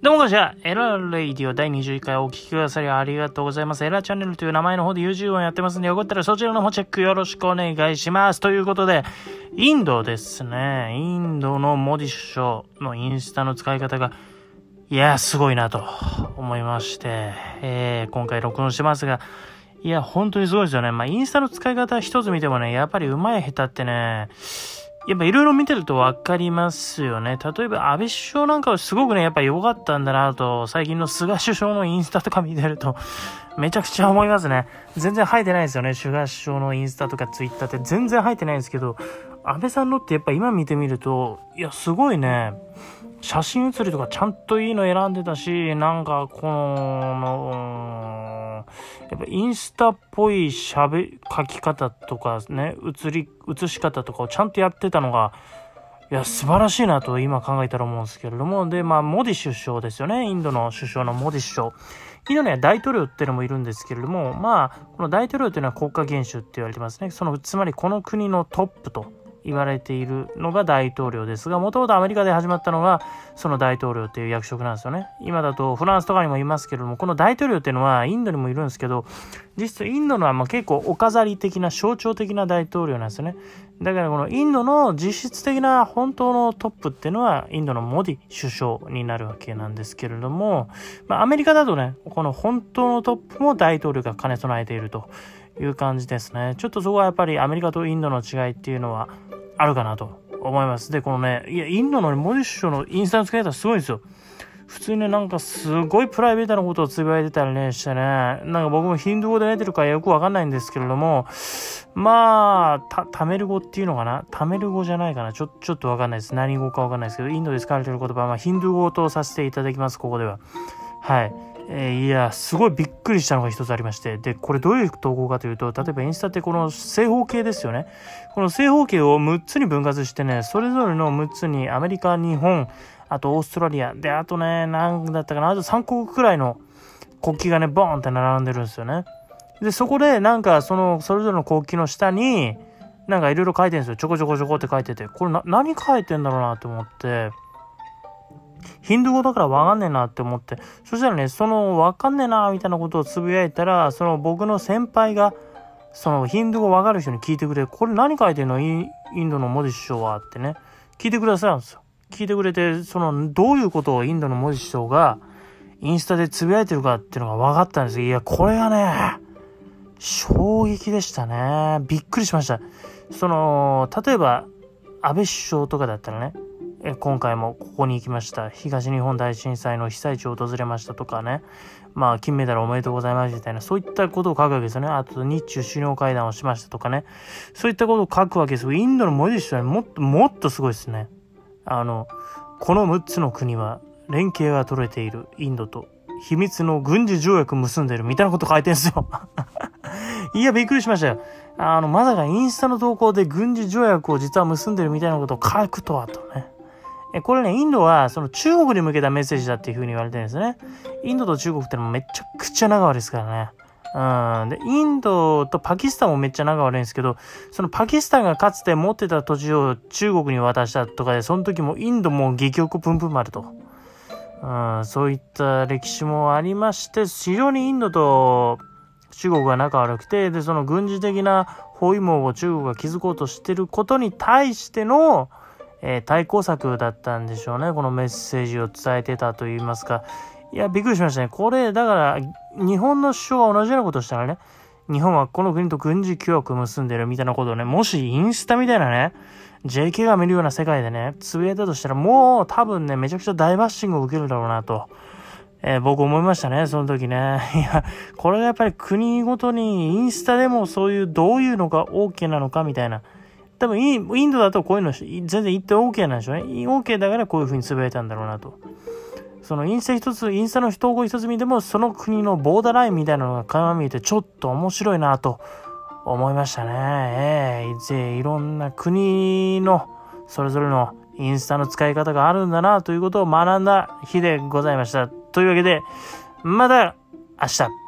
どうもこんにちは。エラレイディオ第21回お聞きくださりありがとうございます。エラチャンネルという名前の方で YouTube をやってますんで、よかったらそちらの方チェックよろしくお願いします。ということで、インドですね。インドのモディ首相のインスタの使い方が、いや、すごいなと思いまして、今回録音してますが、いや、本当にすごいですよね。インスタの使い方一つ見てもね、やっぱり上手い下手ってね、やっぱいろいろ見てると分かりますよね。例えば安倍首相なんかはすごくね、やっぱ良かったんだなと、最近の菅首相のインスタとか見てると、めちゃくちゃ思いますね。全然入ってないですよね。菅首相のインスタとかツイッターって全然入ってないんですけど、安倍さんのってやっぱ今見てみると、いや、すごいね、写真写りとかちゃんといいの選んでたし、なんかやっぱインスタっぽい書き方とかね、写し方とかをちゃんとやってたのが、いや、素晴らしいなと今考えたら思うんですけれども、で、モディ首相ですよね。インドの首相のモディ首相。インドには大統領っていうのもいるんですけれども、この大統領っていうのは国家元首って言われてますね。つまりこの国のトップと言われているのが大統領ですが、もともとアメリカで始まったのがその大統領っていう役職なんですよね。今だとフランスとかにもいますけれども、この大統領っていうのはインドにもいるんですけど、実質インドのは結構お飾り的な象徴的な大統領なんですよね。だからこのインドの実質的な本当のトップっていうのはインドのモディ首相になるわけなんですけれども、アメリカだとね、この本当のトップも大統領が兼ね備えているという感じですね。ちょっとそこはやっぱりアメリカとインドの違いっていうのはあるかなと思います。で、このね、インドのモディ首相のインスタの使い方すごいんですよ。普通にね、なんかすごいプライベートなことをつぶやいてたりねしてね、なんか僕もヒンドゥー語で寝てるからよくわかんないんですけれども、タメル語っていうのかな、タメル語じゃないかな、ちょっとわかんないです。何語かわかんないですけど、インドで使われている言葉は、ヒンドゥー語とさせていただきます、ここでは。はい。いや、すごいびっくりしたのが一つありまして。で、これどういう投稿かというと、例えばインスタってこの正方形ですよね。この正方形を6つに分割してね、それぞれの6つにアメリカ、日本、あとオーストラリア、で、あとね、なんだったかな、あと3国くらいの国旗がね、ボーンって並んでるんですよね。で、そこでなんかそれぞれの国旗の下に、なんかいろいろ書いてるんですよ。ちょこちょこちょこって書いてて、これ何書いてんだろうなと思って、ヒンドゥー語だからわかんねえなって思って、そしたらね、わかんねえなみたいなことをつぶやいたら、僕の先輩が、ヒンドゥー語わかる人に聞いてくれ、これ何書いてんのインドのモディ首相はってね、聞いてくださるんですよ。聞いてくれて、どういうことをインドのモディ首相がインスタでつぶやいてるかっていうのが分かったんですよ。いや、これがね、衝撃でしたね。びっくりしました。例えば、安倍首相とかだったらね、今回もここに行きました。東日本大震災の被災地を訪れましたとかね。金メダルおめでとうございますみたいな、そういったことを書くわけですよね。あと、日中首脳会談をしましたとかね。そういったことを書くわけです。インドのモディ首相はもっとすごいですね。この6つの国は連携が取れているインドと秘密の軍事条約結んでるみたいなこと書いてるんですよ。いや、びっくりしましたよ。まさかインスタの投稿で軍事条約を実は結んでるみたいなことを書くとはとね。これね、インドは中国に向けたメッセージだっていう風に言われてるんですね。インドと中国ってのもめちゃくちゃ仲悪いですからね。で、インドとパキスタンもめっちゃ仲悪いんですけど、パキスタンがかつて持ってた土地を中国に渡したとかで、その時もインドも激おこプンプン丸と。そういった歴史もありまして、非常にインドと中国が仲悪くて、で、軍事的な包囲網を中国が築こうとしていることに対しての、対抗策だったんでしょうね。このメッセージを伝えてたと言いますか。いや、びっくりしましたね。これ、だから、日本の首相が同じようなことをしたらね、日本はこの国と軍事協約を結んでるみたいなことをね、もしインスタみたいなね、JK が見るような世界でね、つぶやいたとしたら、もう多分ね、めちゃくちゃ大バッシングを受けるだろうなと、僕思いましたね、その時ね。いや、これがやっぱり国ごとにインスタでもそういうどういうのが OK なのかみたいな。多分インドだとこういうの全然言って OK なんでしょうね。OK だからこういう風につぶやいたんだろうなと。インスタの投稿一つ見ても、その国のボーダーラインみたいなのが垣間見えて、ちょっと面白いなと思いましたね。いろんな国のそれぞれのインスタの使い方があるんだなということを学んだ日でございました。というわけで、また明日。